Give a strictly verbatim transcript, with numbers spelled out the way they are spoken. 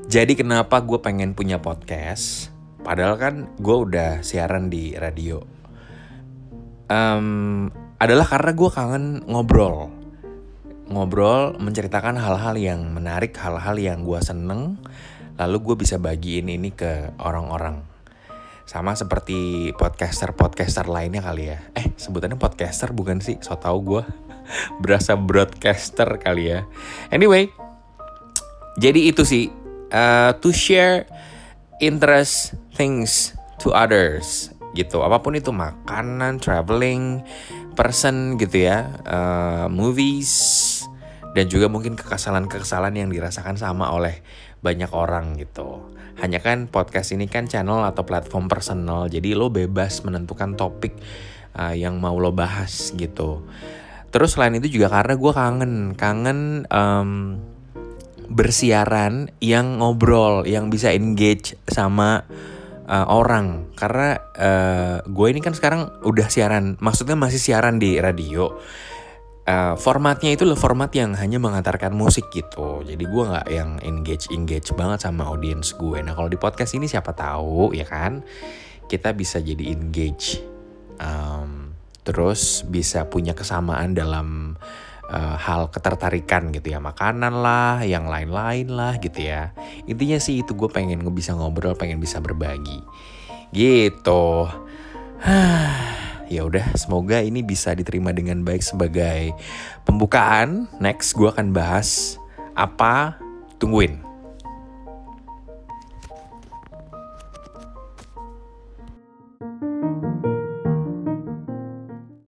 Jadi kenapa gue pengen punya podcast? Padahal kan gue udah siaran di radio. Um, adalah karena gue kangen ngobrol. Ngobrol, menceritakan hal-hal yang menarik, hal-hal yang gue seneng. Lalu gue bisa bagiin ini ke orang-orang. Sama seperti podcaster-podcaster lainnya kali ya. Eh, sebutannya podcaster bukan sih? So tau gue. Berasa broadcaster kali ya. Anyway, jadi itu sih. Uh, to share interest things to others gitu, apapun itu, makanan, traveling, person gitu ya, uh, movies, dan juga mungkin kekesalan-kekesalan yang dirasakan sama oleh banyak orang gitu. Hanya kan podcast ini kan channel atau platform personal, jadi lo bebas menentukan topik uh, yang mau lo bahas gitu. Terus selain itu juga karena gue kangen kangen um, bersiaran yang ngobrol, yang bisa engage sama uh, orang. Karena uh, gue ini kan sekarang udah siaran, maksudnya masih siaran di radio. Uh, formatnya itu loh format yang hanya mengantarkan musik gitu. Jadi gue nggak yang engage engage banget sama audiens gue. Nah kalau di podcast ini siapa tahu ya kan, kita bisa jadi engage, um, terus bisa punya kesamaan dalam Uh, hal ketertarikan gitu ya, makanan lah, yang lain-lain lah gitu ya. Intinya sih itu, gue pengen bisa ngobrol, pengen bisa berbagi gitu. Ya udah, semoga ini bisa diterima dengan baik sebagai pembukaan. Next gue akan bahas apa, tungguin.